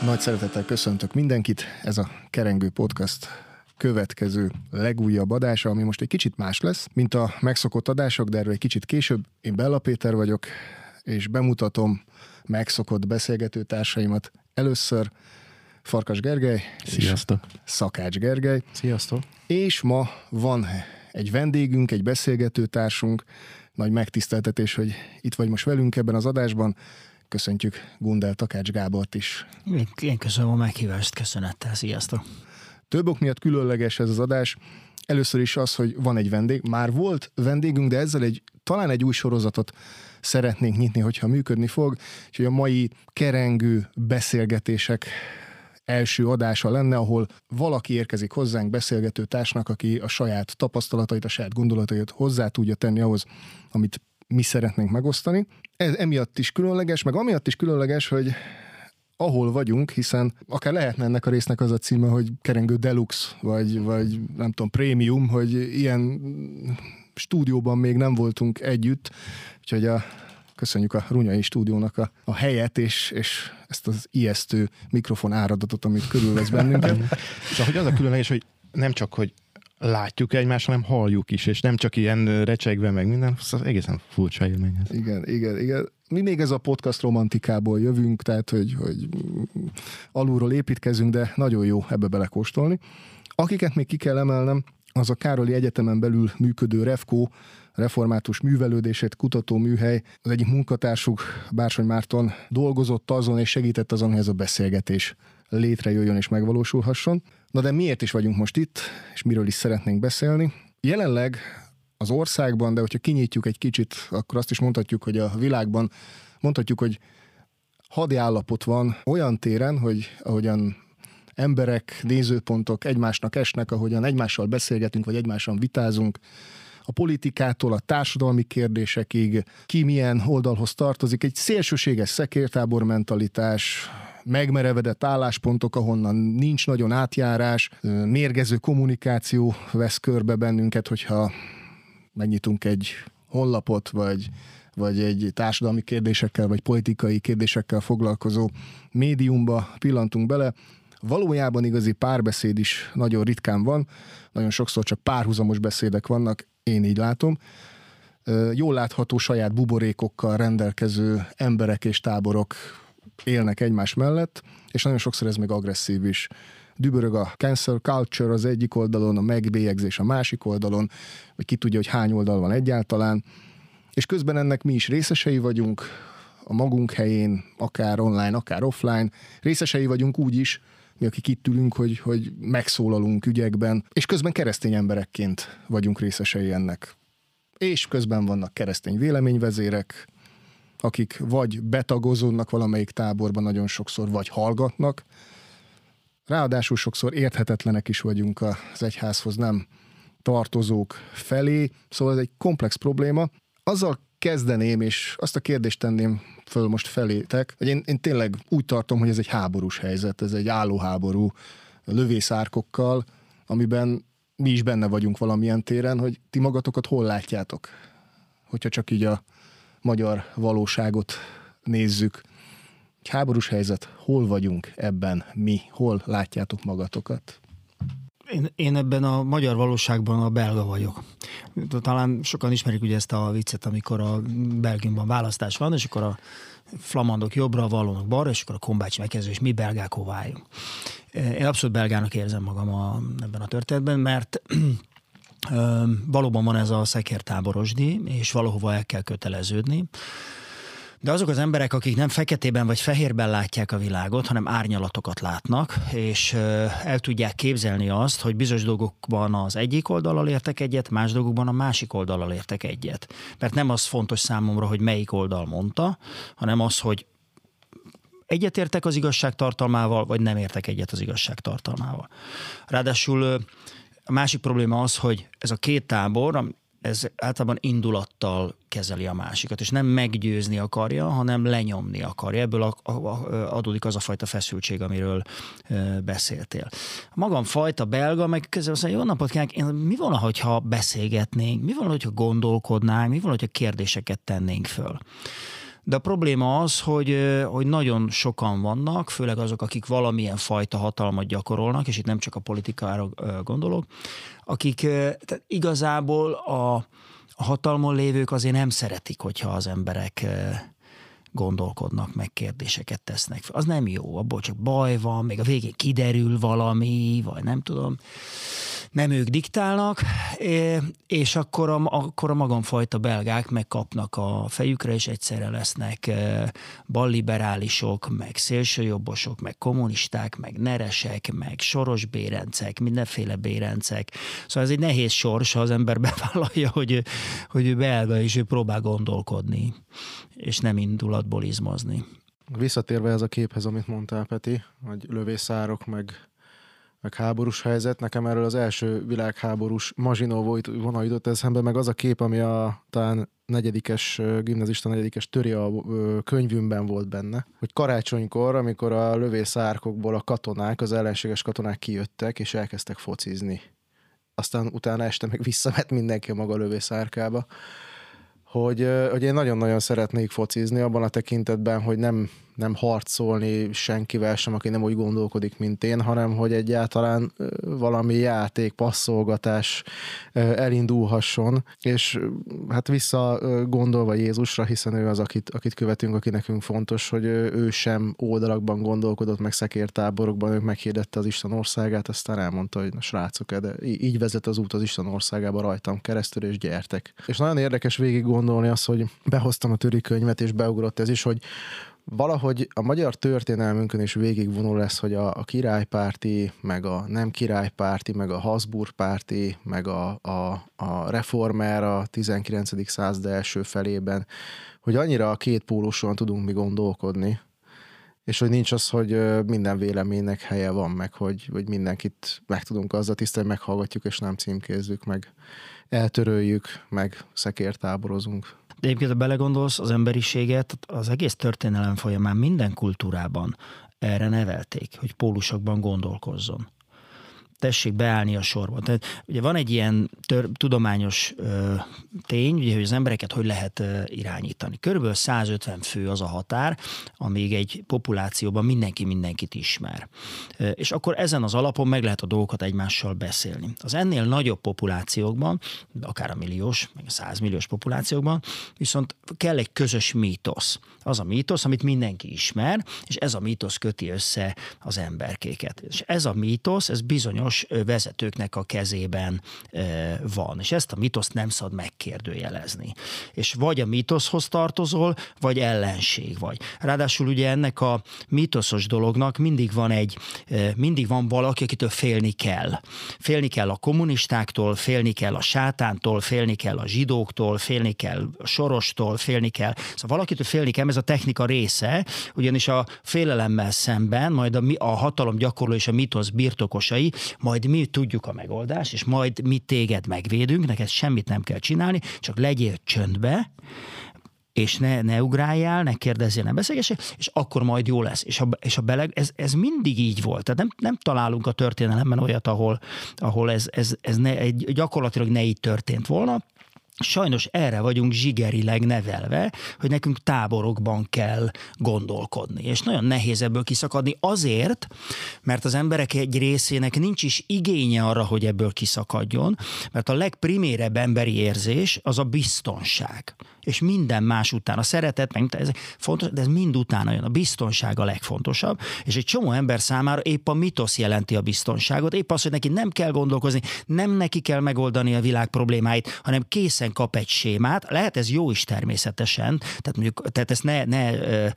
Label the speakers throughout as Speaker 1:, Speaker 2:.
Speaker 1: Nagy szeretettel köszöntök mindenkit, ez a Kerengő Podcast következő legújabb adása, ami most egy kicsit más lesz, mint a megszokott adások, de erről egy kicsit később. Én Bella Péter vagyok, és bemutatom megszokott beszélgető társaimat. Először Farkas Gergely.
Speaker 2: Sziasztok.
Speaker 1: Szakács Gergely.
Speaker 2: Sziasztok.
Speaker 1: És ma van egy vendégünk, egy beszélgető társunk. Nagy megtiszteltetés, hogy itt vagy most velünk ebben az adásban. Köszöntjük Gundel Takács Gábort is.
Speaker 3: Én köszönöm a meghívást, köszönettel, sziasztok.
Speaker 1: Több ok miatt különleges ez az adás. Először is az, hogy van egy vendég. Már volt vendégünk, de ezzel talán egy új sorozatot szeretnénk nyitni, hogyha működni fog. És a mai kerengő beszélgetések első adása lenne, ahol valaki érkezik hozzánk beszélgető társnak, aki a saját tapasztalatait, a saját gondolatait hozzá tudja tenni ahhoz, amit mi szeretnénk megosztani. Ez emiatt is különleges, meg amiatt is különleges, hogy ahol vagyunk, hiszen akár lehetne ennek a résznek az a címe, hogy Kerengő Deluxe, vagy nem tudom, Premium, hogy ilyen stúdióban még nem voltunk együtt, úgyhogy köszönjük a Runyai stúdiónak a helyet, és ezt az ijesztő mikrofon áradatot, amit körülvesz bennünket.
Speaker 2: És ahogy az a különleges, hogy nem csak, hogy látjuk egymást, hanem halljuk is, és nem csak ilyen recsegve meg minden, szóval egészen furcsa élmény ez.
Speaker 1: Igen. Mi még ez a podcast romantikából jövünk, tehát, hogy alulról építkezünk, de nagyon jó ebbe belekóstolni. Akiket még ki kell emelnem, az a Károli Egyetemen belül működő REFKO, Református Művelődését Kutató Műhely. Az egyik munkatársuk, Bársony Márton dolgozott azon és segített azon, hogy ez a beszélgetés létrejöjjön és megvalósulhasson. Na de miért is vagyunk most itt, és miről is szeretnénk beszélni? Jelenleg az országban, de hogyha kinyitjuk egy kicsit, akkor azt is mondhatjuk, hogy a világban mondhatjuk, hogy hadi állapot van olyan téren, hogy ahogyan emberek, nézőpontok egymásnak esnek, ahogyan egymással beszélgetünk, vagy egymással vitázunk, a politikától a társadalmi kérdésekig, ki milyen oldalhoz tartozik, egy szélsőséges szekértábor mentalitás, megmerevedett álláspontok, ahonnan nincs nagyon átjárás, mérgező kommunikáció vesz körbe bennünket, hogyha megnyitunk egy honlapot, vagy egy társadalmi kérdésekkel, vagy politikai kérdésekkel foglalkozó médiumba pillantunk bele. Valójában igazi párbeszéd is nagyon ritkán van, nagyon sokszor csak párhuzamos beszédek vannak, én így látom. Jól látható saját buborékokkal rendelkező emberek és táborok élnek egymás mellett, és nagyon sokszor ez még agresszív is. Dübörög a cancel culture az egyik oldalon, a megbélyegzés a másik oldalon, vagy ki tudja, hogy hány oldal van egyáltalán. És közben ennek mi is részesei vagyunk, a magunk helyén, akár online, akár offline. Részesei vagyunk úgy is, mi akik itt ülünk, hogy megszólalunk ügyekben, és közben keresztény emberekként vagyunk részesei ennek. És közben vannak keresztény véleményvezérek, akik vagy betagozódnak valamelyik táborban nagyon sokszor, vagy hallgatnak. Ráadásul sokszor érthetetlenek is vagyunk az egyházhoz nem tartozók felé, szóval ez egy komplex probléma. Azzal kezdeném, és azt a kérdést tenném föl most felétek, hogy én tényleg úgy tartom, hogy ez egy háborús helyzet, ez egy állóháború lövészárkokkal, amiben mi is benne vagyunk valamilyen téren, hogy ti magatokat hol látjátok, hogyha csak így a magyar valóságot nézzük. Egy háborús helyzet, hol vagyunk ebben mi? Hol látjátok magatokat?
Speaker 3: Én ebben a magyar valóságban a belga vagyok. Talán sokan ismerik ugye ezt a viccet, amikor a Belgiumban választás van, és akkor a flamandok jobbra, a vallonok balra, és akkor a kombácsi megkezdő, és mi belgák hová álljunk. Én abszolút belgának érzem magam ebben a történetben, mert valóban van ez a szekértáborosdi, és valahova el kell köteleződni. De azok az emberek, akik nem feketében vagy fehérben látják a világot, hanem árnyalatokat látnak, és el tudják képzelni azt, hogy bizonyos dolgokban az egyik oldallal értek egyet, más dolgokban a másik oldallal értek egyet. Mert nem az fontos számomra, hogy melyik oldal mondta, hanem az, hogy egyetértek az igazság tartalmával, vagy nem értek egyet az igazság tartalmával. Ráadásul a másik probléma az, hogy ez a két tábor, ez általában indulattal kezeli a másikat, és nem meggyőzni akarja, hanem lenyomni akarja. Ebből adódik az a fajta feszültség, amiről beszéltél. A magam fajta belga, meg közben azt mondja, jó napot kívánok, mi volna, hogyha beszélgetnénk, mi volna, hogyha gondolkodnánk, mi volna, hogyha kérdéseket tennénk föl. De a probléma az, hogy nagyon sokan vannak, főleg azok, akik valamilyen fajta hatalmat gyakorolnak, és itt nem csak a politikára gondolok, akik tehát igazából a hatalmon lévők azért nem szeretik, hogyha az emberek gondolkodnak, meg kérdéseket tesznek fel. Az nem jó, abból csak baj van, még a végén kiderül valami, vagy nem tudom. Nem ők diktálnak, és akkor a magamfajta belgák megkapnak a fejükre, és egyszerre lesznek balliberálisok, meg szélsőjobbosok, meg kommunisták, meg neresek, meg Soros Bérencek, mindenféle Bérencek. Szóval ez egy nehéz sors, ha az ember bevállalja, hogy ő belga, és ő próbál gondolkodni, és nem indulatból izmozni.
Speaker 2: Visszatérve ez a képhez, amit mondtál, Peti, hogy lövészárok, meg háborús helyzet, nekem erről az első világháborús Mazsinó vonal jutott eszembe, meg az a kép, ami a talán gimnazista negyedikes töri a könyvünkben volt benne, hogy karácsonykor, amikor a lövészárkokból a katonák, az ellenséges katonák kijöttek, és elkezdtek focizni. Aztán utána este meg visszament mindenki a maga lövészárkába. Hogy én nagyon-nagyon szeretnék focizni abban a tekintetben, hogy nem harcolni senkivel sem, aki nem úgy gondolkodik, mint én, hanem hogy egyáltalán valami játék, passzolgatás elindulhasson, és hát vissza gondolva Jézusra, hiszen ő az, akit követünk, aki nekünk fontos, hogy ő sem oldalakban gondolkodott, meg szekértáborokban, ő meghirdette az Isten országát, aztán elmondta, hogy na srácok, de így vezet az út az Isten országába rajtam keresztül, és gyertek. És nagyon érdekes végig gondolni azt, hogy behoztam a töri könyvet, és beugrott ez is, hogy valahogy a magyar történelmünkön is végigvonul lesz, hogy a királypárti, meg a nem királypárti, meg a Habsburg-párti, meg a reformer a 19. század első felében, hogy annyira a két póluson tudunk mi gondolkodni, és hogy nincs az, hogy minden véleménynek helye van, meg hogy mindenkit meg tudunk azzal tisztelni, meghallgatjuk, és nem címkézzük, meg eltöröljük, meg szekértáborozunk.
Speaker 3: De egyébként, ha belegondolsz, az emberiséget az egész történelem folyamán minden kultúrában erre nevelték, hogy pólusokban gondolkozzon. Tessék beállni a sorba. Tehát ugye van egy ilyen tudományos tény, ugye, hogy az embereket hogy lehet irányítani. Körülbelül 150 fő az a határ, amíg egy populációban mindenkit ismer. És akkor ezen az alapon meg lehet a dolgokat egymással beszélni. Az ennél nagyobb populációkban, akár a milliós, meg a 100 milliós populációkban, viszont kell egy közös mítosz. Az a mítosz, amit mindenki ismer, és ez a mítosz köti össze az emberkéket. És ez a mítosz, ez bizonyos vezetőknek a kezében van. És ezt a mítoszt nem szabad megkérdőjelezni. És vagy a mítoszhoz tartozol, vagy ellenség vagy. Ráadásul ugye ennek a mítoszos dolognak mindig van valaki, akitől félni kell. Félni kell a kommunistáktól, félni kell a sátántól, félni kell a zsidóktól, félni kell a Sorostól, félni kell. Szóval valakitől félni kell, ez a technika része, ugyanis a félelemmel szemben majd a hatalom gyakorló és a mítosz birtokosai, majd mi tudjuk a megoldást, és majd mi téged megvédünk, neked semmit nem kell csinálni, csak legyél csöndbe, és ne ugráljál, ne kérdezzél, ne beszélgessél, és akkor majd jó lesz. És ez mindig így volt. Tehát nem találunk a történelemben olyat, ahol ez gyakorlatilag ne így történt volna. Sajnos erre vagyunk zsigerileg nevelve, hogy nekünk táborokban kell gondolkodni. És nagyon nehéz ebből kiszakadni azért, mert az emberek egy részének nincs is igénye arra, hogy ebből kiszakadjon, mert a legprimérebb emberi érzés az a biztonság. És minden más után, a szeretet, meg ez fontos, de ez mind utána jön. A biztonság a legfontosabb, és egy csomó ember számára épp a mitosz jelenti a biztonságot, épp az, hogy neki nem kell gondolkozni, nem neki kell megoldani a világ problémáit, hanem készen kap egy sémát. Lehet ez jó is természetesen, tehát ezt ne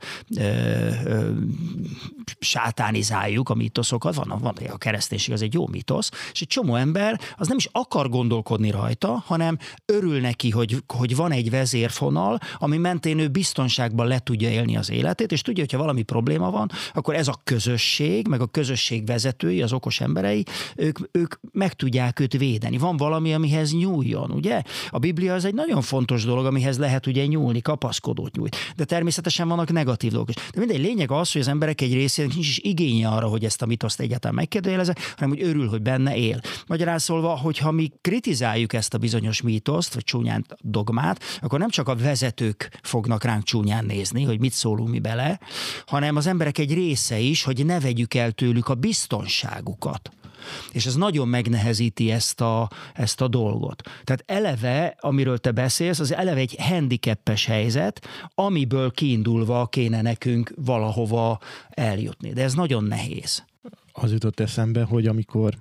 Speaker 3: sátánizáljuk a mitoszokat, van a kereszténység, az egy jó mitosz, és egy csomó ember az nem is akar gondolkodni rajta, hanem örül neki, hogy van egy vezérfonal, ami mentén ő biztonságban le tudja élni az életét, és tudja, hogyha valami probléma van, akkor ez a közösség, meg a közösség vezetői, az okos emberei, ők meg tudják őt védeni. Van valami, amihez nyúljon, ugye? A Biblia az egy nagyon fontos dolog, amihez lehet ugye nyúlni, kapaszkodót nyújt. De természetesen vannak negatív dolgok is. De mindegy, lényeg az, hogy az emberek egy részének nincs is igénye arra, hogy ezt a mitoszt egyáltalán megkérdőjelezze, hanem hogy örül, hogy benne él. Magyarán szólva, hogyha mi kritizáljuk ezt a bizonyos mítoszt, vagy csúnyán dogmát, akkor nem csak csak a vezetők fognak ránk csúnyán nézni, hogy mit szólunk mi bele, hanem az emberek egy része is, hogy ne vegyük el tőlük a biztonságukat. És ez nagyon megnehezíti ezt a dolgot. Tehát eleve, amiről te beszélsz, az eleve egy handicapes helyzet, amiből kiindulva kéne nekünk valahova eljutni. De ez nagyon nehéz.
Speaker 4: Az jutott eszembe, hogy amikor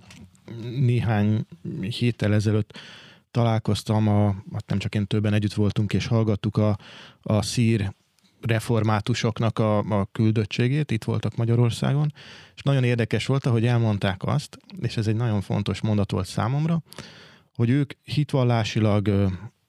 Speaker 4: néhány héttel ezelőtt találkoztam, nem csak én, többen együtt voltunk, és hallgattuk a szír reformátusoknak a küldöttségét, itt voltak Magyarországon, és nagyon érdekes volt, hogy elmondták azt, és ez egy nagyon fontos mondat volt számomra, hogy ők hitvallásilag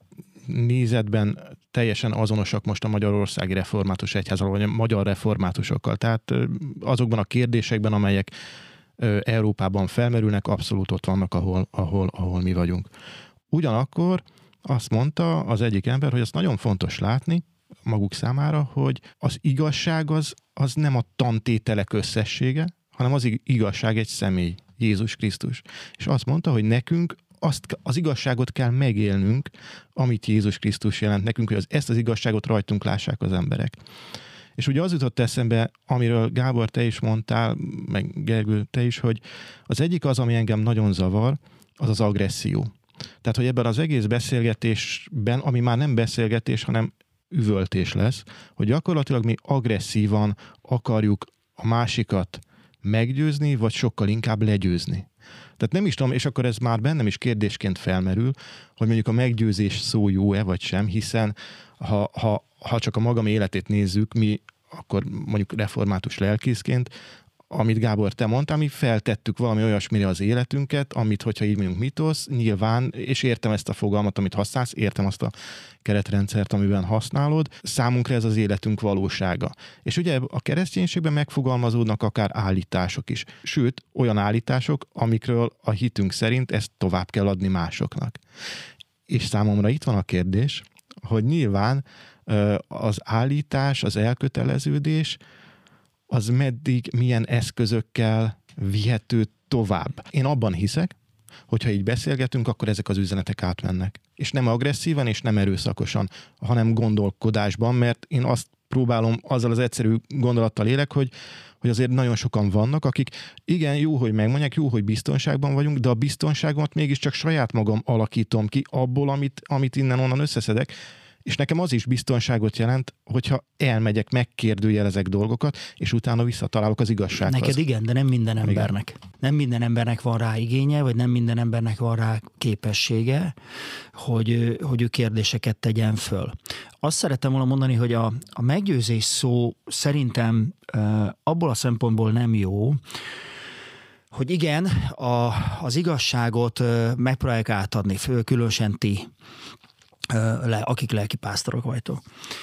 Speaker 4: nézetben teljesen azonosak most a magyarországi református egyházzal, vagy a magyar reformátusokkal. Tehát azokban a kérdésekben, amelyek Európában felmerülnek, abszolút ott vannak, ahol mi vagyunk. Ugyanakkor azt mondta az egyik ember, hogy azt nagyon fontos látni maguk számára, hogy az igazság az nem a tantételek összessége, hanem az igazság egy személy, Jézus Krisztus. És azt mondta, hogy nekünk az igazságot kell megélnünk, amit Jézus Krisztus jelent nekünk, hogy ezt az igazságot rajtunk lássák az emberek. És ugye az jutott eszembe, amiről Gábor, te is mondtál, meg Gergő, te is, hogy az egyik az, ami engem nagyon zavar, az az agresszió. Tehát, hogy ebben az egész beszélgetésben, ami már nem beszélgetés, hanem üvöltés lesz, hogy gyakorlatilag mi agresszívan akarjuk a másikat meggyőzni, vagy sokkal inkább legyőzni. Tehát nem is tudom, és akkor ez már bennem is kérdésként felmerül, hogy mondjuk a meggyőzés szó jó-e, vagy sem, hiszen ha csak a magam életét nézzük, mi akkor mondjuk református lelkészként, amit Gábor, te mondtál, mi feltettük valami olyasmire az életünket, amit, hogyha így mondjuk mitosz, nyilván, és értem ezt a fogalmat, amit használsz, értem azt a keretrendszert, amiben használod, számunkra ez az életünk valósága. És ugye a kereszténységben megfogalmazódnak akár állítások is. Sőt, olyan állítások, amikről a hitünk szerint ezt tovább kell adni másoknak. És számomra itt van a kérdés, hogy nyilván az állítás, az elköteleződés, az meddig, milyen eszközökkel vihető tovább. Én abban hiszek, hogyha így beszélgetünk, akkor ezek az üzenetek átmennek. És nem agresszívan, és nem erőszakosan, hanem gondolkodásban, mert én azt próbálom, azzal az egyszerű gondolattal élek, hogy azért nagyon sokan vannak, akik igen, jó, hogy megmondják, jó, hogy biztonságban vagyunk, de a biztonságomat mégiscsak saját magam alakítom ki abból, amit innen-onnan összeszedek. És nekem az is biztonságot jelent, hogyha elmegyek, megkérdőjelezek dolgokat, és utána visszatalálok az igazsághoz.
Speaker 3: Neked igen, de nem minden embernek. Igen. Nem minden embernek van rá igénye, vagy nem minden embernek van rá képessége, hogy ő kérdéseket tegyen föl. Azt szerettem volna mondani, hogy a meggyőzés szó szerintem abból a szempontból nem jó, hogy igen, az igazságot megpróbálják átadni, különösen ti, akik lelkipásztorok vagytok.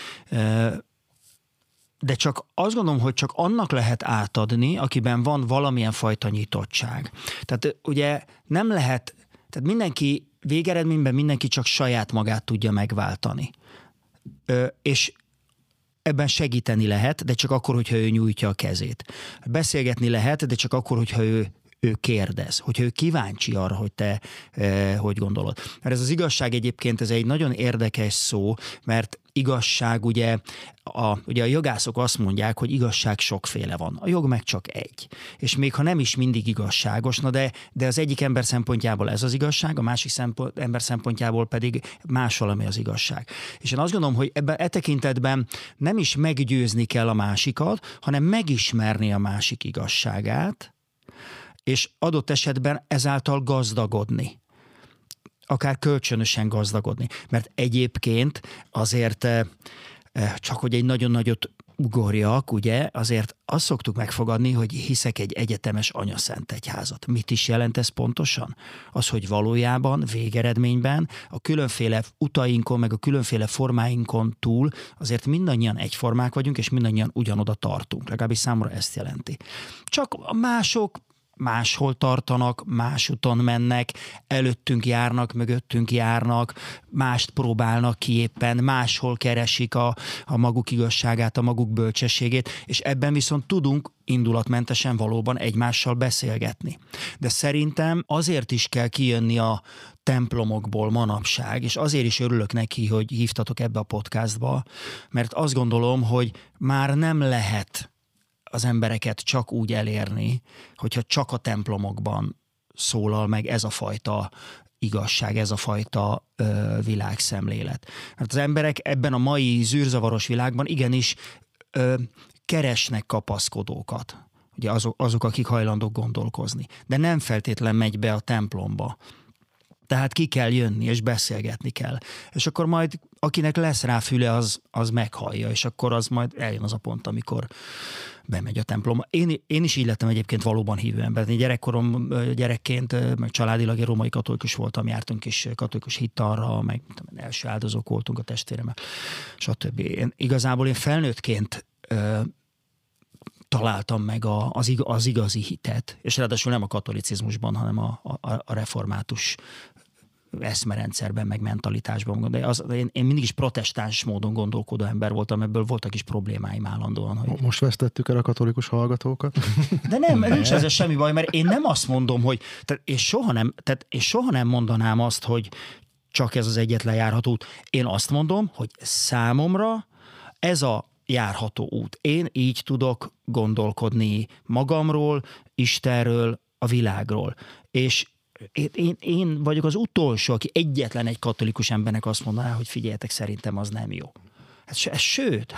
Speaker 3: De csak azt gondolom, hogy csak annak lehet átadni, akiben van valamilyen fajta nyitottság. Tehát ugye nem lehet, tehát mindenki, végeredményben mindenki csak saját magát tudja megváltani. És ebben segíteni lehet, de csak akkor, hogyha ő nyújtja a kezét. Beszélgetni lehet, de csak akkor, hogyha ő kérdez, hogyha ő kíváncsi arra, hogy te hogy gondolod. Mert ez az igazság egyébként, ez egy nagyon érdekes szó, mert igazság, ugye a jogászok azt mondják, hogy igazság sokféle van. A jog meg csak egy. És még ha nem is mindig igazságos, de az egyik ember szempontjából ez az igazság, a másik ember szempontjából pedig más valami az igazság. És én azt gondolom, hogy e tekintetben nem is meggyőzni kell a másikat, hanem megismerni a másik igazságát, és adott esetben ezáltal gazdagodni. Akár kölcsönösen gazdagodni. Mert egyébként azért, csak hogy egy nagyon nagyot ugorjak, ugye, azért azt szoktuk megfogadni, hogy hiszek egy egyetemes anyaszent egyházat. Mit is jelent ez pontosan? Az, hogy valójában, végeredményben a különféle utainkon, meg a különféle formáinkon túl azért mindannyian egyformák vagyunk, és mindannyian ugyanoda tartunk. Legalábbis számomra ezt jelenti. Csak a mások máshol tartanak, más úton mennek, előttünk járnak, mögöttünk járnak, mást próbálnak ki éppen, máshol keresik a maguk igazságát, a maguk bölcsességét, és ebben viszont tudunk indulatmentesen valóban egymással beszélgetni. De szerintem azért is kell kijönni a templomokból manapság, és azért is örülök neki, hogy hívtatok ebbe a podcastba, mert azt gondolom, hogy már nem lehet az embereket csak úgy elérni, hogyha csak a templomokban szólal meg ez a fajta igazság, ez a fajta világszemlélet. Mert az emberek ebben a mai zűrzavaros világban igenis keresnek kapaszkodókat. Ugye azok, akik hajlandók gondolkozni. De nem feltétlen megy be a templomba. Tehát ki kell jönni, és beszélgetni kell. És akkor majd, akinek lesz rá füle, az meghallja, és akkor az majd eljön az a pont, amikor bemegy a templomba. Én is így lettem egyébként valóban hívő ember. Én gyerekként, meg családilag én római katolikus voltam, jártunk is katolikus hittanra, meg első áldozók voltunk a testvéremmel, stb. Igazából én felnőttként találtam meg az igazi hitet, és ráadásul nem a katolicizmusban, hanem a református eszmerendszerben, meg mentalitásban. De én mindig is protestáns módon gondolkodó ember voltam, ebből voltak is problémáim állandóan. Hogy...
Speaker 2: Most vesztettük el a katolikus hallgatókat?
Speaker 3: De nem, nincs ezzel semmi baj, mert én nem azt mondom, hogy és soha nem mondanám azt, hogy csak ez az egyetlen járható út. Én azt mondom, hogy számomra ez a járható út. Én így tudok gondolkodni magamról, Istenről, a világról. És én vagyok az utolsó, aki egyetlen egy katolikus embernek azt mondaná, hogy figyeljetek, szerintem az nem jó. Sőt,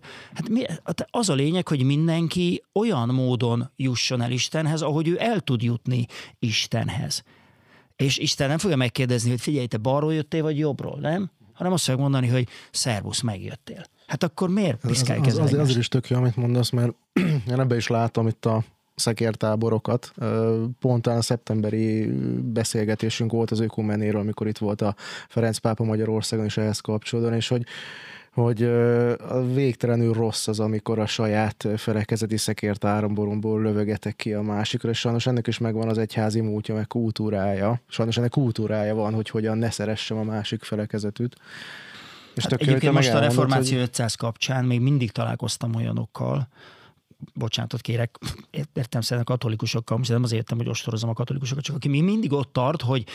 Speaker 3: az a lényeg, hogy mindenki olyan módon jusson el Istenhez, ahogy ő el tud jutni Istenhez. És Isten nem fogja megkérdezni, hogy figyelj, te balról jöttél, vagy jobbról, nem? Hanem azt fogja mondani, hogy szervusz, megjöttél. Hát akkor miért piszkáljuk ezzel egymást?
Speaker 2: Azért is tök jó, amit mondasz, mert én ebbe is látom itt a szekértáborokat. Pont a szeptemberi beszélgetésünk volt az ökumenéről, amikor itt volt a Ferenc pápa Magyarországon is ehhez kapcsolódóan, és hogy végtelenül rossz az, amikor a saját felekezeti szekértáboromból lövögetek ki a másikra, és sajnos ennek is megvan az egyházi múltja, meg kultúrája. Sajnos ennek kultúrája van, hogy hogyan ne szeressem a másik felekezetűt.
Speaker 3: Hát egyébként most a Reformáció 500 kapcsán még mindig találkoztam olyanokkal, bocsánatot kérek, értelemszerűen katolikusokkal, most nem azért értem, hogy ostorozom a katolikusokat, csak aki még mindig ott tart, hogy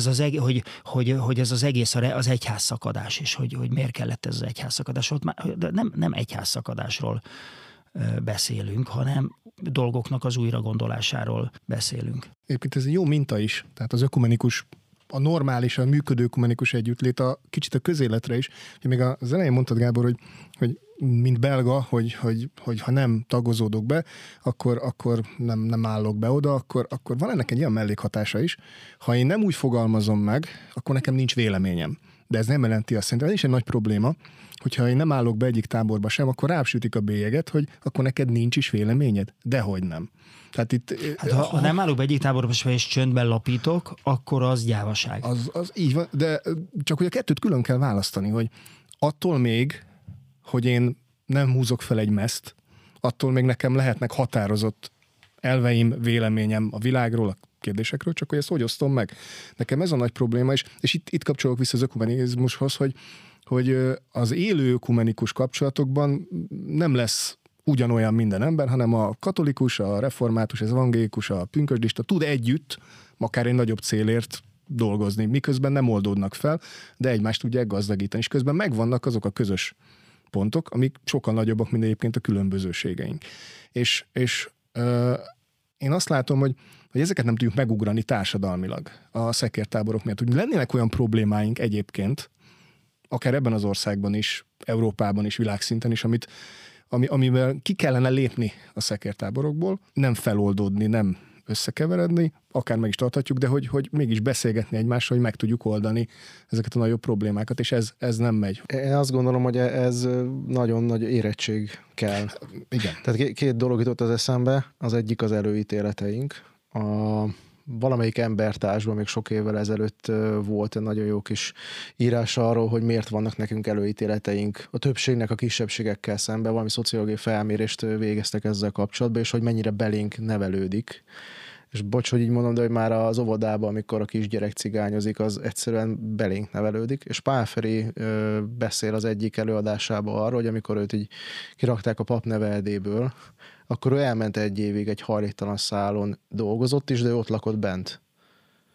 Speaker 3: ez az egész az egyházszakadás, és hogy miért kellett ez az egyházszakadás. Ott már nem egyházszakadásról beszélünk, hanem dolgoknak az újragondolásáról beszélünk.
Speaker 1: Egyébként ez egy jó minta is, tehát az ökumenikus, a normális, a működő ökumenikus együttlét kicsit a közéletre is. Még az elején mondtad, Gábor, hogy mint belga, hogy ha nem tagozódok be, akkor nem állok be oda, akkor van ennek egy ilyen mellékhatása is. Ha én nem úgy fogalmazom meg, akkor nekem nincs véleményem. De ez nem jelenti azt, szerintem ez is egy nagy probléma, hogyha én nem állok be egyik táborba sem, akkor rápsütik a bélyeget, hogy akkor neked nincs is véleményed. Dehogy nem. Tehát itt,
Speaker 3: ha nem állok be egyik táborba sem, és csöndben lapítok, akkor az gyávaság.
Speaker 1: Az így van, de csak hogy a kettőt külön kell választani, hogy attól még, hogy én nem húzok fel egy meszt, attól még nekem lehetnek határozott elveim, véleményem a világról, a kérdésekről, csak hogy ezt hogy osztom meg. Nekem ez a nagy probléma, és itt kapcsolok vissza az ökumenizmushoz, hogy az élő ökumenikus kapcsolatokban nem lesz ugyanolyan minden ember, hanem a katolikus, a református, az evangélikus, a pünkösdista tud együtt, akár egy nagyobb célért dolgozni, miközben nem oldódnak fel, de egymást tudják gazdagítani, és közben megvannak azok a közös pontok, amik sokkal nagyobbak, mint egyébként a különbözőségeink. És én azt látom, hogy ezeket nem tudjuk megugrani társadalmilag a szekértáborok miatt. Hogy lennének olyan problémáink egyébként, akár ebben az országban is, Európában is, világszinten is, amivel ki kellene lépni a szekértáborokból, nem feloldódni, nem összekeveredni, akár meg is tarthatjuk, de hogy mégis beszélgetni egymással, hogy meg tudjuk oldani ezeket a nagyobb problémákat, és ez nem megy.
Speaker 2: Én azt gondolom, hogy ez nagyon nagy érettség kell.
Speaker 1: Igen.
Speaker 2: Tehát két dolog jutott az eszembe, az egyik az előítéleteink. Valamelyik embertársban még sok évvel ezelőtt volt egy nagyon jó kis írás arról, hogy miért vannak nekünk előítéleteink a többségnek a kisebbségekkel szemben, valami szociológiai felmérést végeztek ezzel kapcsolatban, és hogy mennyire belénk nevelődik. És bocs, hogy így mondom, de hogy már az óvodában, amikor a kisgyerek cigányozik, az egyszerűen belénk nevelődik. És Pál Feri beszél az egyik előadásában arról, hogy amikor őt így kirakták a papneveldéből, akkor ő elment egy évig egy hajléktalan szálon dolgozott is, de ő ott lakott bent.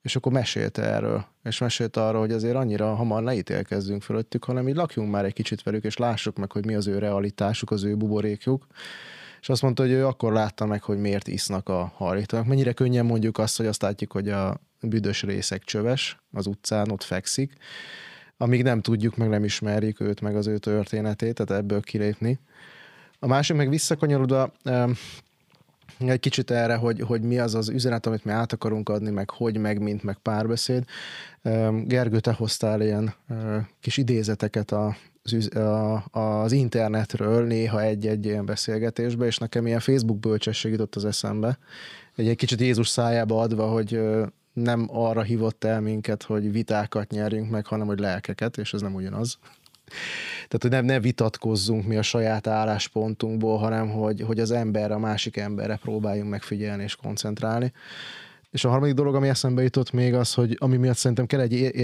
Speaker 2: És akkor mesélte erről, és mesélte arról, hogy azért annyira hamar ne ítélkezzünk fölöttük, hanem így lakjunk már egy kicsit velük, és lássuk meg, hogy mi az ő realitásuk, az ő buborékjuk. És azt mondta, hogy ő akkor látta meg, hogy miért isznak a hajléktalanok. Mennyire könnyen mondjuk azt, hogy azt látjuk, hogy a büdös részek csöves, az utcán ott fekszik, amíg nem tudjuk, meg nem ismerjük őt, meg az ő történetét, tehát ebből kilépni. A másik meg visszakanyarodva egy kicsit erre, hogy mi az az üzenet, amit mi át akarunk adni, meg hogy, meg mint, meg párbeszéd. Gergő, te hoztál ilyen kis idézeteket az internetről néha egy ilyen beszélgetésbe, és nekem ilyen Facebook bölcsesség jutott az eszembe. Egy kicsit Jézus szájába adva, hogy nem arra hívott el minket, hogy vitákat nyerjünk meg, hanem hogy lelkeket, és ez nem ugyanaz. Tehát, hogy ne vitatkozzunk mi a saját álláspontunkból, hanem hogy az emberre, a másik emberre próbáljunk megfigyelni és koncentrálni. És a harmadik dolog, ami eszembe jutott még az, hogy ami miatt szerintem kell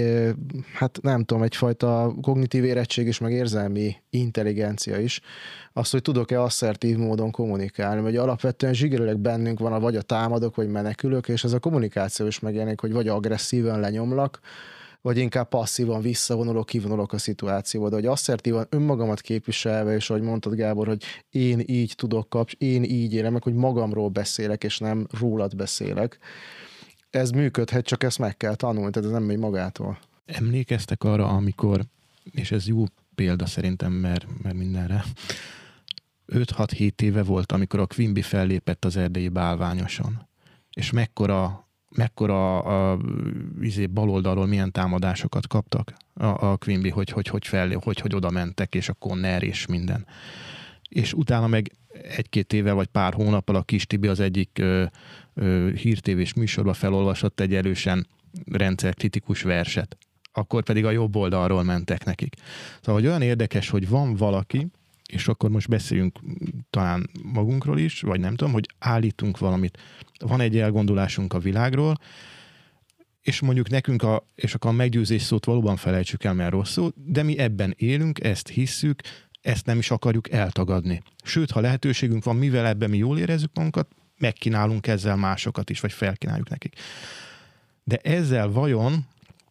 Speaker 2: egyfajta kognitív érettség és meg érzelmi intelligencia is, az, hogy tudok-e asszertív módon kommunikálni, vagy alapvetően zsigerőleg bennünk van, vagy a támadok, vagy menekülök, és ez a kommunikáció is megjelenik, hogy vagy agresszíven lenyomlak, vagy inkább passzívan visszavonulok, kivonulok a szituációba, de hogy asszertívan önmagamat képviselve, és ahogy mondtad, Gábor, hogy én így tudok én így élem, meg hogy magamról beszélek, és nem rólad beszélek. Ez működhet, csak ezt meg kell tanulni, tehát ez nem megy magától.
Speaker 4: Emlékeztek arra, amikor, és ez jó példa szerintem, mert mindenre, 5-6-7 éve volt, amikor a Quimby fellépett az erdélyi bálványoson, és mekkora baloldalról milyen támadásokat kaptak a Quimby, hogy oda mentek, és akkor NER és minden. És utána meg 1-2 éve, vagy pár hónappal a Kis Tibi az egyik hírtévés műsorba felolvasott egy erősen rendszerkritikus verset. Akkor pedig a jobb oldalról mentek nekik. Szóval, hogy olyan érdekes, hogy van valaki, és akkor most beszéljünk talán magunkról is, vagy nem tudom, hogy állítunk valamit. Van egy elgondolásunk a világról, és mondjuk nekünk és akkor a meggyőzés szót valóban felejtsük el, mert rossz szó, de mi ebben élünk, ezt hisszük, ezt nem is akarjuk eltagadni. Sőt, ha lehetőségünk van, mivel ebben mi jól érezzük magunkat, megkínálunk ezzel másokat is, vagy felkínáljuk nekik. De ezzel vajon,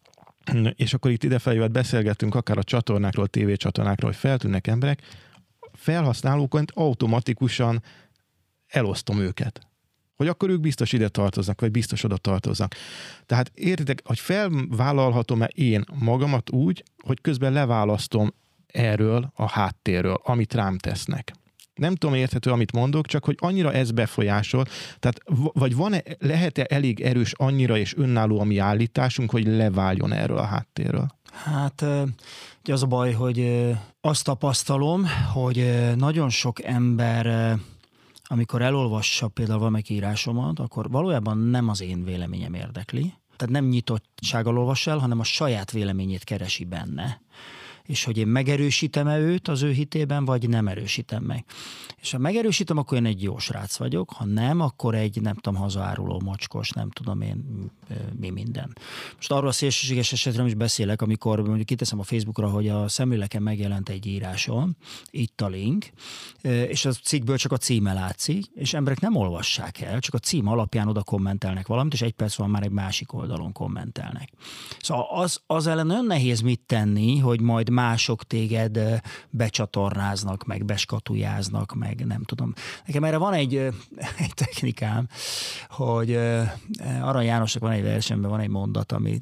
Speaker 4: és akkor itt idefelé beszélgettünk akár a csatornákról, tévécsatornákról, hogy feltűnnek emberek, felhasználóként automatikusan elosztom őket. Hogy akkor ők biztos ide tartoznak, vagy biztos oda tartoznak. Tehát értitek, hogy felvállalhatom-e én magamat úgy, hogy közben leválasztom erről a háttérről, amit rám tesznek. Nem tudom, érthető, amit mondok, csak hogy annyira ez befolyásol, tehát vagy lehet-e elég erős annyira és önálló a mi állításunk, hogy leváljon erről a háttérről?
Speaker 3: Hát ugye az a baj, hogy azt tapasztalom, hogy nagyon sok ember, amikor elolvassa például valamelyik írásomat, akkor valójában nem az én véleményem érdekli. Tehát nem nyitottsággal olvas el, hanem a saját véleményét keresi benne. És hogy én megerősítem-e őt az ő hitében, vagy nem erősítem meg. És ha megerősítem, akkor én egy jó srác vagyok, ha nem, akkor egy, nem tudom, hazaáruló, mocskos, nem tudom én mi minden. Most arról a szélsőséges esetről is beszélek, amikor mondjuk kiteszem a Facebookra, hogy a Szemléleken megjelent egy írásom, itt a link, és a cikkből csak a címe látszik, és emberek nem olvassák el, csak a cím alapján oda kommentelnek valamit, és 1 perc van már egy másik oldalon kommentelnek. Szóval az ellen nagyon nehéz mit tenni, hogy majd mások téged becsatornáznak, meg beskatujáznak, meg nem tudom. Nekem erre van egy technikám, hogy Arany Jánosnak van egy versenben, van egy mondat, ami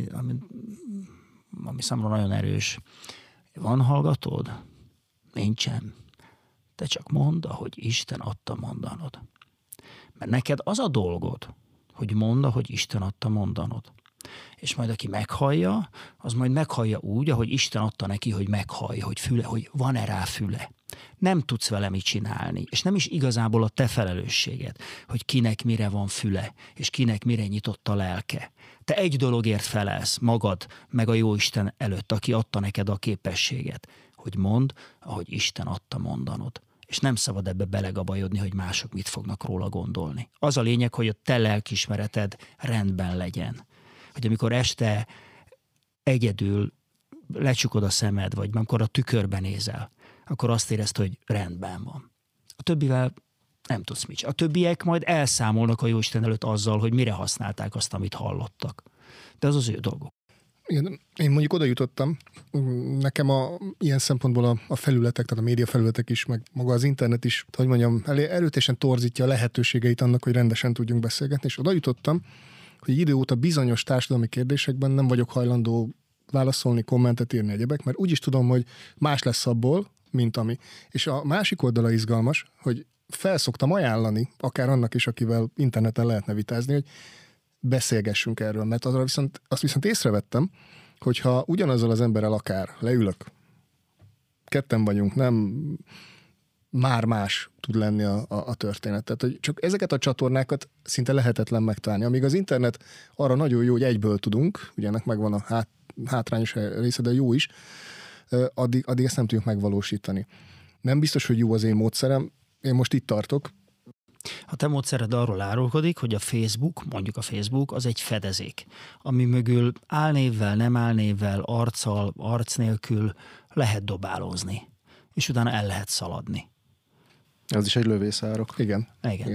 Speaker 3: számomra nagyon erős. Van hallgatód? Nincsen. Te csak mondd, ahogy Isten adta mondanod. Mert neked az a dolgod, hogy mondd, ahogy Isten adta mondanod. És majd aki meghallja, az majd meghallja úgy, ahogy Isten adta neki, hogy meghallja, hogy van-e rá füle. Nem tudsz vele mit csinálni, és nem is igazából a te felelősséged, hogy kinek mire van füle, és kinek mire nyitott a lelke. Te egy dologért felelsz magad, meg a Jóisten előtt, aki adta neked a képességet, hogy mondd, ahogy Isten adta mondanod. És nem szabad ebbe belegabajodni, hogy mások mit fognak róla gondolni. Az a lényeg, hogy a te lelkiismereted rendben legyen. Hogy amikor este egyedül lecsukod a szemed, vagy amikor a tükörben nézel, akkor azt érezd, hogy rendben van. A többivel nem tudsz mit. A többiek majd elszámolnak a Jóisten előtt azzal, hogy mire használták azt, amit hallottak. de az ő dolguk.
Speaker 1: Igen, én mondjuk oda jutottam, nekem ilyen szempontból a felületek, tehát a média felületek is, meg maga az internet is, hogy mondjam, erőteljesen torzítja a lehetőségeit annak, hogy rendesen tudjunk beszélgetni, és oda jutottam, hogy idő óta bizonyos társadalmi kérdésekben nem vagyok hajlandó válaszolni, kommentet írni egyebek, mert úgyis tudom, hogy más lesz abból, mint ami. És a másik oldala izgalmas, hogy felszoktam ajánlani, akár annak is, akivel interneten lehetne vitázni, hogy beszélgessünk erről, mert azt viszont észrevettem, hogyha ugyanazzal az emberrel akár leülök, ketten vagyunk, nem már más tud lenni a történet. Tehát, hogy csak ezeket a csatornákat szinte lehetetlen megtalálni. Amíg az internet arra nagyon jó, hogy egyből tudunk, ugye ennek megvan a hátrányos része, de jó is, addig ezt nem tudjuk megvalósítani. Nem biztos, hogy jó az én módszerem, én most itt tartok.
Speaker 3: A te módszered arról árulkodik, hogy a Facebook, mondjuk a Facebook, az egy fedezék, ami mögül álnévvel, nem álnévvel, arccal, arc nélkül lehet dobálózni, és utána el lehet szaladni.
Speaker 2: Ez is egy lövészárok.
Speaker 1: Igen.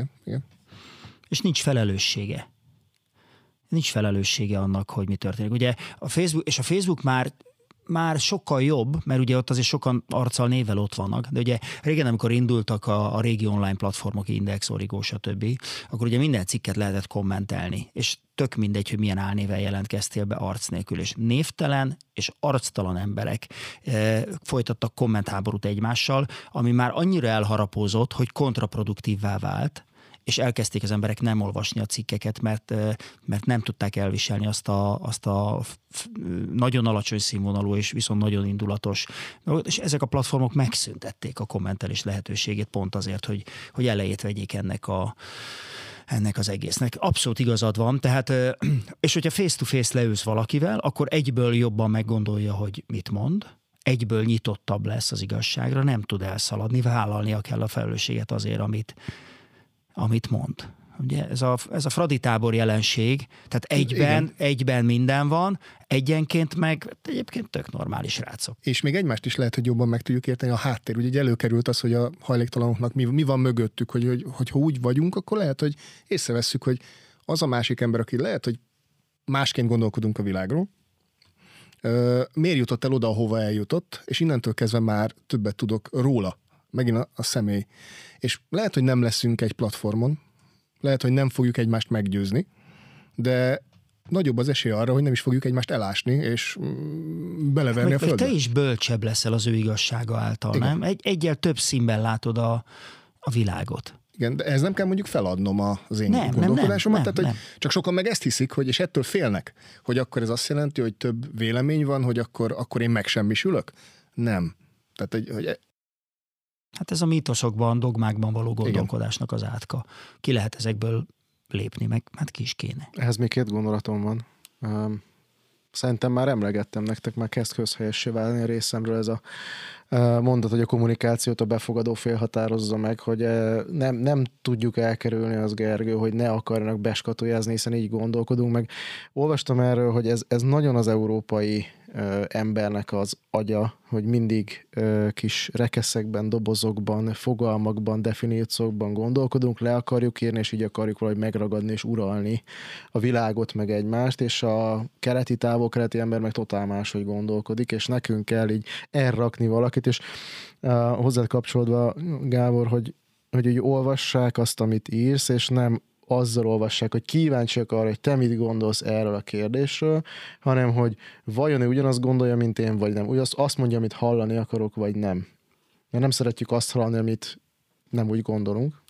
Speaker 3: És nincs felelőssége. Nincs felelőssége annak, hogy mi történik. Ugye a Facebook már sokkal jobb, mert ugye ott azért sokan arccal névvel ott vannak, de ugye régen, amikor indultak a régi online platformok, Index, Origo, stb., akkor ugye minden cikket lehetett kommentelni, és tök mindegy, hogy milyen álnévvel jelentkeztél be arc nélkül, és névtelen és arctalan emberek folytattak kommentháborút egymással, ami már annyira elharapózott, hogy kontraproduktívvá vált, és elkezdték az emberek nem olvasni a cikkeket, mert nem tudták elviselni azt a nagyon alacsony színvonalú és viszont nagyon indulatos. És ezek a platformok megszüntették a kommentelés lehetőségét pont azért, hogy elejét vegyék ennek az egésznek. Abszolút igazad van, tehát, és hogyha face-to-face leülsz valakivel, akkor egyből jobban meggondolja, hogy mit mond, egyből nyitottabb lesz az igazságra, nem tud elszaladni, vállalnia kell a felelősséget azért, amit mond. Ugye ez a Fradi tábor jelenség, tehát egyben minden van, egyenként meg egyébként tök normális rácok.
Speaker 1: És még egymást is lehet, hogy jobban meg tudjuk érteni a háttér. Ugye előkerült az, hogy a hajléktalanoknak mi van mögöttük, hogyha úgy vagyunk, akkor lehet, hogy észrevesszük, hogy az a másik ember, aki lehet, hogy másként gondolkodunk a világról, miért jutott el oda, ahova eljutott, és innentől kezdve már többet tudok róla, megint a személy. És lehet, hogy nem leszünk egy platformon, lehet, hogy nem fogjuk egymást meggyőzni, de nagyobb az esély arra, hogy nem is fogjuk egymást elásni, és beleverni a földbe.
Speaker 3: Te is bölcsebb leszel az ő igazsága által, igen. Nem? Egyel több színben látod a világot.
Speaker 1: Igen, de ez nem kell mondjuk feladnom az én gondolkodásomat, tehát hogy csak sokan meg ezt hiszik, hogy és ettől félnek, hogy akkor ez azt jelenti, hogy több vélemény van, hogy akkor én megsemmisülök? Nem. Tehát, hogy
Speaker 3: hát ez a mítoszokban, dogmákban való gondolkodásnak az átka. Ki lehet ezekből lépni, meg hát ki is kéne.
Speaker 2: Ehhez még 2 gondolatom van. Szerintem már emlegettem nektek, már kezd közhelyessé válni a részemről ez a mondat, hogy a kommunikációt a befogadó fél határozza meg, hogy nem tudjuk elkerülni az, Gergő, hogy ne akarnak beskatujázni, hiszen így gondolkodunk meg. Olvastam erről, hogy ez nagyon az európai embernek az agya, hogy mindig kis rekeszekben, dobozokban, fogalmakban, definíciókban gondolkodunk, le akarjuk írni, és így akarjuk valahogy megragadni és uralni a világot, meg egymást, és a keleti, távol-keleti ember meg totál máshogy gondolkodik, és nekünk kell így elrakni valakit, és hozzád kapcsolódva, Gábor, hogy úgy olvassák azt, amit írsz, és nem azzal olvassák, hogy kíváncsiak arra, hogy te mit gondolsz erről a kérdésről, hanem hogy vajon ő ugyanazt gondolja, mint én, vagy nem. Úgy azt mondja, amit hallani akarok, vagy nem. Mert nem szeretjük azt hallani, amit nem úgy gondolunk.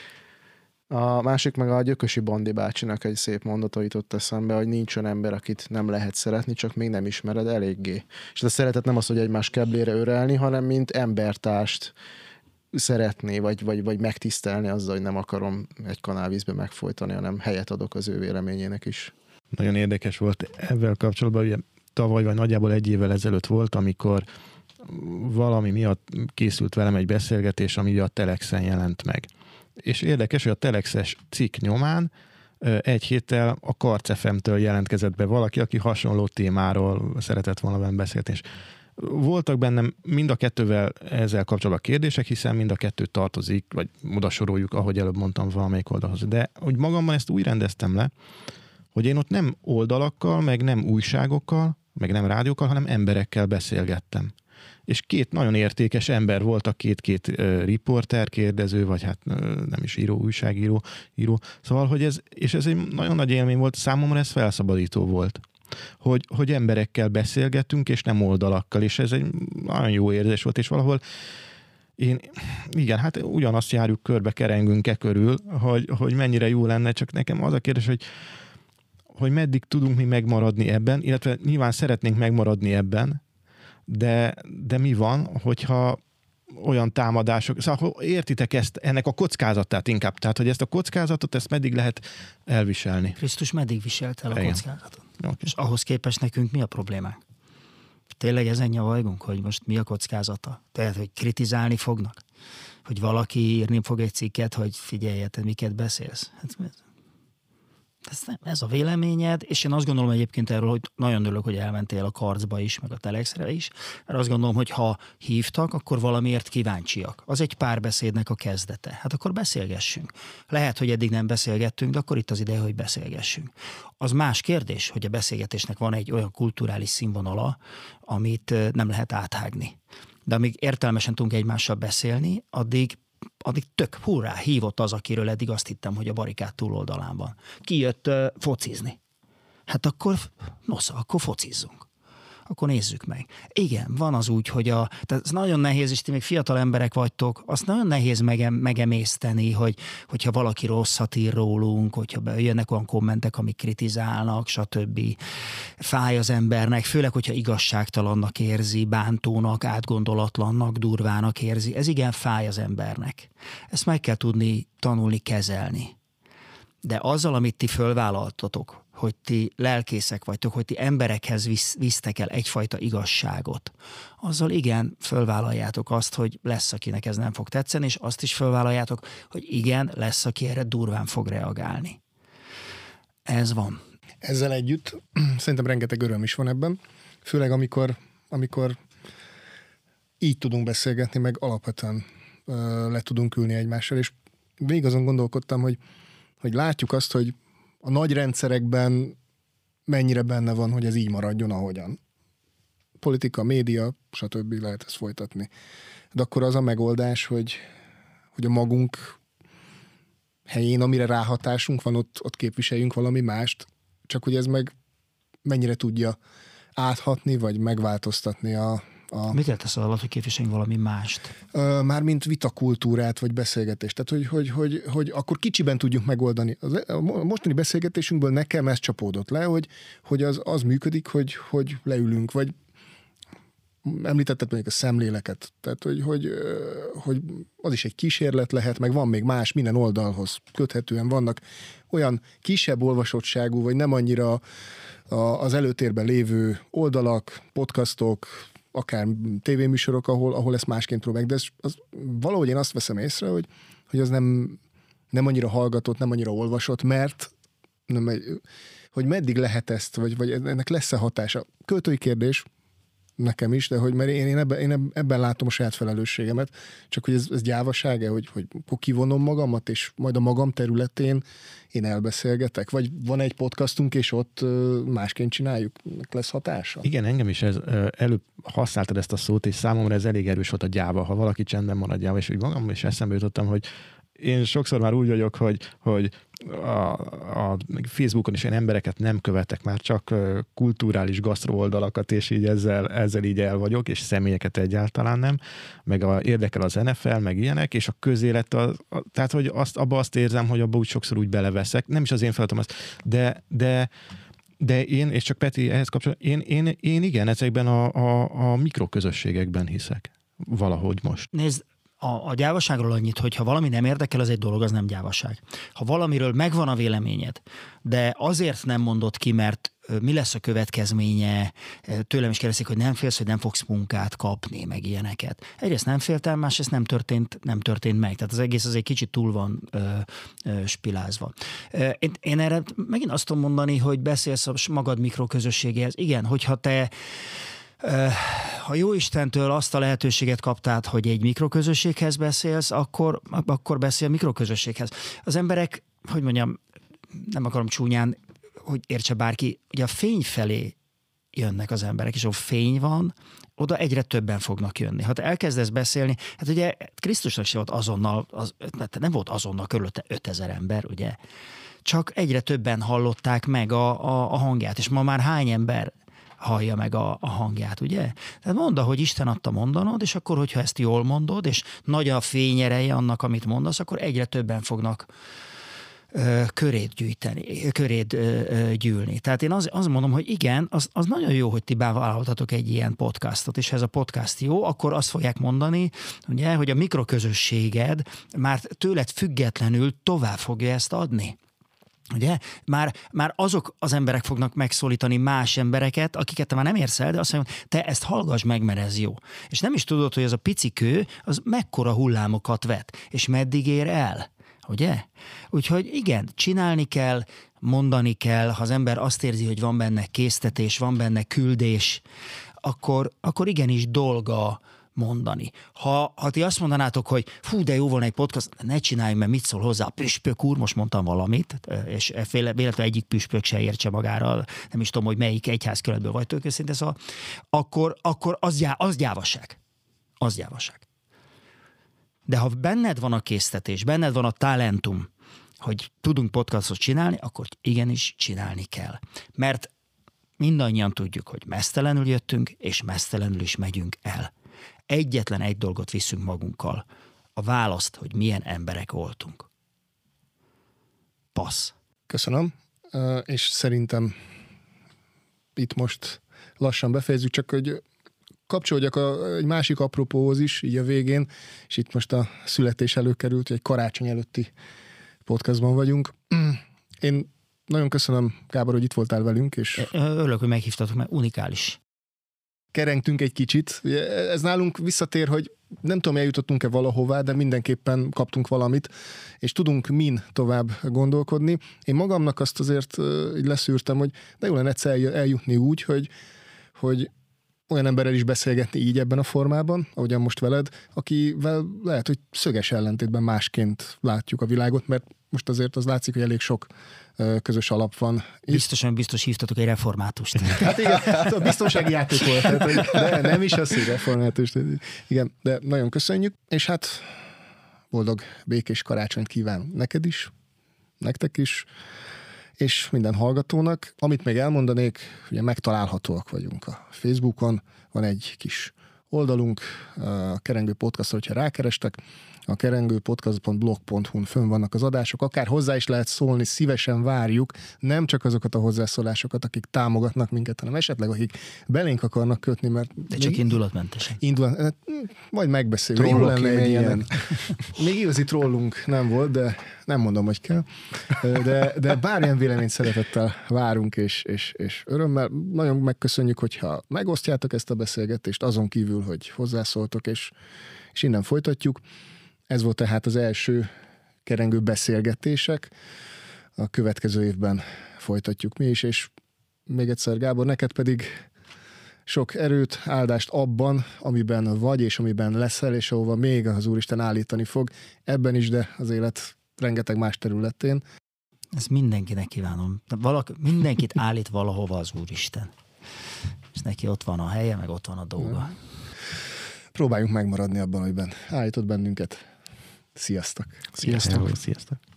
Speaker 2: A másik meg a Gyökösi Bandi bácsinak egy szép mondata jutott eszembe, hogy nincs olyan ember, akit nem lehet szeretni, csak még nem ismered eléggé. És a szeretet nem az, hogy egymás keblére örelni, hanem mint embertárst szeretni, vagy megtisztelni azzal, hogy nem akarom egy kanálvízbe megfojtani, hanem helyet adok az ő véleményének is.
Speaker 4: Nagyon érdekes volt ezzel kapcsolatban, ugye tavaly vagy nagyjából 1 évvel ezelőtt volt, amikor valami miatt készült velem egy beszélgetés, ami a Telexen jelent meg. És érdekes, hogy a Telexes cikk nyomán 1 héttel a Karc FM-től jelentkezett be valaki, aki hasonló témáról szeretett volna velem beszélni. És voltak bennem mind a 2-vel ezzel kapcsolatban kérdések, hiszen mind a 2 tartozik, vagy oda soroljuk, ahogy előbb mondtam, valamelyik oldalhoz. De úgy magamban ezt úgy rendeztem le, hogy én ott nem oldalakkal, meg nem újságokkal, meg nem rádiókkal, hanem emberekkel beszélgettem. És két nagyon értékes ember voltak, két riporter, kérdező, vagy hát nem is író, újságíró, Szóval, hogy ez egy nagyon nagy élmény volt, számomra ez felszabadító volt. Hogy emberekkel beszélgettünk, és nem oldalakkal, és ez egy nagyon jó érzés volt, és valahol igen, hát ugyanazt járjuk körbe, kerengünk körül, hogy mennyire jó lenne, csak nekem az a kérdés, hogy meddig tudunk mi megmaradni ebben, illetve nyilván szeretnénk megmaradni ebben, de mi van, hogyha olyan támadások, szóval értitek ennek a kockázatát inkább, tehát hogy ezt a kockázatot, ezt meddig lehet elviselni?
Speaker 3: Krisztus meddig viselt el a kockázatot?
Speaker 4: Okay.
Speaker 3: És ahhoz képest nekünk mi a problémánk? Tényleg ezen nyavajgunk, hogy most mi a kockázata? Tehát, hogy kritizálni fognak? Hogy valaki írni fog egy cikket, hogy figyelj, te miket beszélsz? Ez a véleményed, és én azt gondolom egyébként erről, hogy nagyon örülök, hogy elmentél a Karcba is, meg a Telexre is, mert azt gondolom, hogy ha hívtak, akkor valamiért kíváncsiak. Az egy párbeszédnek a kezdete. Hát akkor beszélgessünk. Lehet, hogy eddig nem beszélgettünk, de akkor itt az ideje, hogy beszélgessünk. Az más kérdés, hogy a beszélgetésnek van egy olyan kulturális színvonala, amit nem lehet áthágni. De amíg értelmesen tudunk egymással beszélni, addig tök hurrá hívott az, akiről eddig azt hittem, hogy a barikád túloldalán van. Ki jött focizni. Hát akkor focizzunk. Akkor nézzük meg. Igen, van az úgy, hogy tehát ez nagyon nehéz, és ti még fiatal emberek vagytok, azt nagyon nehéz megemészteni, hogyha valaki rosszat ír rólunk, hogyha jönnek olyan kommentek, amik kritizálnak, stb. Fáj az embernek, főleg, hogyha igazságtalannak érzi, bántónak, átgondolatlannak, durvának érzi. Ez igen fáj az embernek. Ezt meg kell tudni tanulni, kezelni. De azzal, amit ti fölvállaltatok, hogy ti lelkészek vagytok, hogy ti emberekhez visztek el egyfajta igazságot, azzal igen, fölvállaljátok azt, hogy lesz, akinek ez nem fog tetszeni, és azt is fölvállaljátok, hogy igen, lesz, aki erre durván fog reagálni. Ez van.
Speaker 1: Ezzel együtt szerintem rengeteg öröm is van ebben, főleg amikor így tudunk beszélgetni, meg alapvetően le tudunk ülni egymással, és végig azon gondolkodtam, hogy látjuk azt, hogy a nagy rendszerekben mennyire benne van, hogy ez így maradjon, ahogyan. Politika, média, stb. Lehet ezt folytatni. De akkor az a megoldás, hogy a magunk helyén, amire ráhatásunk van, ott képviseljünk valami mást, csak hogy ez meg mennyire tudja áthatni, vagy megváltoztatni a
Speaker 3: Mit értesz alatt, hogy képviseljünk valami mást?
Speaker 1: Mármint vitakultúrát, vagy beszélgetést. Tehát, hogy akkor kicsiben tudjuk megoldani. A mostani beszélgetésünkből nekem ez csapódott le, hogy az működik, hogy leülünk, vagy említetted mondjuk a szemléleket. Tehát, hogy az is egy kísérlet lehet, meg van még más, minden oldalhoz köthetően vannak olyan kisebb olvasottságú, vagy nem annyira az előtérben lévő oldalak, podcastok, akár tévéműsorok, ahol ezt másként próbálják, de valahogy én azt veszem észre, hogy az nem annyira hallgatott, nem annyira olvasott, mert hogy meddig lehet ezt, vagy ennek lesz-e hatása. Költői kérdés nekem is, de mert én ebben látom a saját felelősségemet, csak hogy ez gyávaság-e, hogy kivonom magamat, és majd a magam területén én elbeszélgetek, vagy van egy podcastunk, és ott másként csináljuk, lesz hatása?
Speaker 4: Igen, engem is előbb használtad ezt a szót, és számomra ez elég erős volt a gyáva, ha valaki csendben marad gyáva, és úgy magam is eszembe jutottam, hogy én sokszor már úgy vagyok, hogy a Facebookon is én embereket nem követek, már csak kulturális gasztro oldalakat, és így ezzel így el vagyok, és személyeket egyáltalán nem, meg érdekel az NFL, meg ilyenek, és a közélet, tehát hogy abba azt érzem, hogy abba úgy sokszor úgy beleveszek, nem is az én feladatom az, de én, és csak Peti ehhez kapcsolatban, én igen, ezekben a mikroközösségekben hiszek. Valahogy most.
Speaker 3: Nézd, a gyávaságról annyit, hogy ha valami nem érdekel, az egy dolog, az nem gyávaság. Ha valamiről megvan a véleményed, de azért nem mondod ki, mert mi lesz a következménye, tőlem is kérdezik, hogy nem félsz, hogy nem fogsz munkát kapni, meg ilyeneket. Egyrészt nem féltem, másrészt nem történt meg. Tehát az egész az egy kicsit túl van spilázva. Én erre megint azt tudom mondani, hogy beszélsz a magad mikroközösségéhez. Igen, hogyha te ha Jóistentől azt a lehetőséget kaptad, hogy egy mikroközösséghez beszélsz, akkor beszél mikroközösséghez. Az emberek, hogy mondjam, nem akarom csúnyán, hogy értse bárki, hogy a fény felé jönnek az emberek, és ahol fény van, oda egyre többen fognak jönni. Ha te elkezdesz beszélni, hát ugye Krisztusnak se volt azonnal, nem volt azonnal körülötte 5000 ember, ugye? Csak egyre többen hallották meg a hangját, és ma már hány ember hallja meg a hangját, ugye? Tehát mondd, hogy Isten adta mondanod, és akkor, hogyha ezt jól mondod, és nagy a fényereje annak, amit mondasz, akkor egyre többen fognak körét gyűlni. Tehát én azt mondom, hogy igen, az nagyon jó, hogy ti bevállaltatok egy ilyen podcastot, és ha ez a podcast jó, akkor azt fogják mondani, ugye, hogy a mikroközösséged már tőled függetlenül tovább fogja ezt adni. Ugye? Már azok az emberek fognak megszólítani más embereket, akiket te már nem érsz el, de azt mondja, te ezt hallgass meg, mert ez jó. És nem is tudod, hogy ez a pici kő, az mekkora hullámokat vet, és meddig ér el. Ugye? Úgyhogy igen, csinálni kell, mondani kell, ha az ember azt érzi, hogy van benne késztetés, van benne küldés, akkor igenis dolga mondani. Ha ti azt mondanátok, hogy fú, de jó volna egy podcast, ne csinálj, mert mit szól hozzá a püspök úr, most mondtam valamit, és véletlenül egyik püspök se értse magára, nem is tudom, hogy melyik egyházkörletből vagytok őszinte, szóval, akkor az gyávaság. Az gyávaság. De ha benned van a késztetés, benned van a talentum, hogy tudunk podcastot csinálni, akkor igenis csinálni kell. Mert mindannyian tudjuk, hogy meztelenül jöttünk, és meztelenül is megyünk el. Egyetlen egy dolgot viszünk magunkkal. A választ, hogy milyen emberek voltunk. Passz.
Speaker 1: Köszönöm, és szerintem itt most lassan befejezzük, csak hogy kapcsolódjak egy másik apropóhoz is, így a végén, és itt most a születés előkerült, hogy egy karácsony előtti podcastban vagyunk. Én nagyon köszönöm, Gábor, hogy itt voltál velünk, és
Speaker 3: örülök, hogy meghívtatok, mert unikális.
Speaker 1: Kerengtünk egy kicsit. Ez nálunk visszatér, hogy nem tudom, eljutottunk-e valahová, de mindenképpen kaptunk valamit, és tudunk min tovább gondolkodni. Én magamnak azt azért így leszűrtem, hogy de jó lenne egyszer eljutni úgy, hogy olyan emberrel is beszélgetni így ebben a formában, ahogyan most veled, akivel lehet, hogy szöges ellentétben másként látjuk a világot, mert most azért az látszik, hogy elég sok közös alap van.
Speaker 3: Biztos hívtatok egy reformátust.
Speaker 1: Hát igen, a biztonsági játék volt, tehát, de nem is az, hogy reformátust. Igen, de nagyon köszönjük, és hát boldog, békés karácsonyt kívánunk neked is, nektek is, és minden hallgatónak. Amit még elmondanék, ugye megtalálhatóak vagyunk a Facebookon, van egy kis oldalunk, a Kerengő Podcast, hogyha rákerestek, a kerengőpodcast.blog.hu-n fönn vannak az adások, akár hozzá is lehet szólni, szívesen várjuk, nem csak azokat a hozzászólásokat, akik támogatnak minket, hanem esetleg akik belénk akarnak kötni, mert...
Speaker 3: De csak indulatmentesen.
Speaker 1: Majd megbeszéljük. Jó lenne egy ilyen. Még igazi trollunk nem volt, de nem mondom, hogy kell. De bármilyen véleményt szeretettel várunk, és örömmel. Nagyon megköszönjük, hogyha megosztjátok ezt a beszélgetést, azon kívül, hogy hozzászóltok, és innen folytatjuk. Ez volt tehát az első kerengő beszélgetések. A következő évben folytatjuk mi is, és még egyszer, Gábor, neked pedig sok erőt, áldást abban, amiben vagy, és amiben leszel, és ahova még az Úristen állítani fog. Ebben is, de az élet rengeteg más területén.
Speaker 3: Ezt mindenkinek kívánom. Mindenkit állít valahova az Úristen. És neki ott van a helye, meg ott van a dolga.
Speaker 1: Próbáljunk megmaradni abban, amiben állított bennünket. Sziasztok!
Speaker 2: Sziasztok!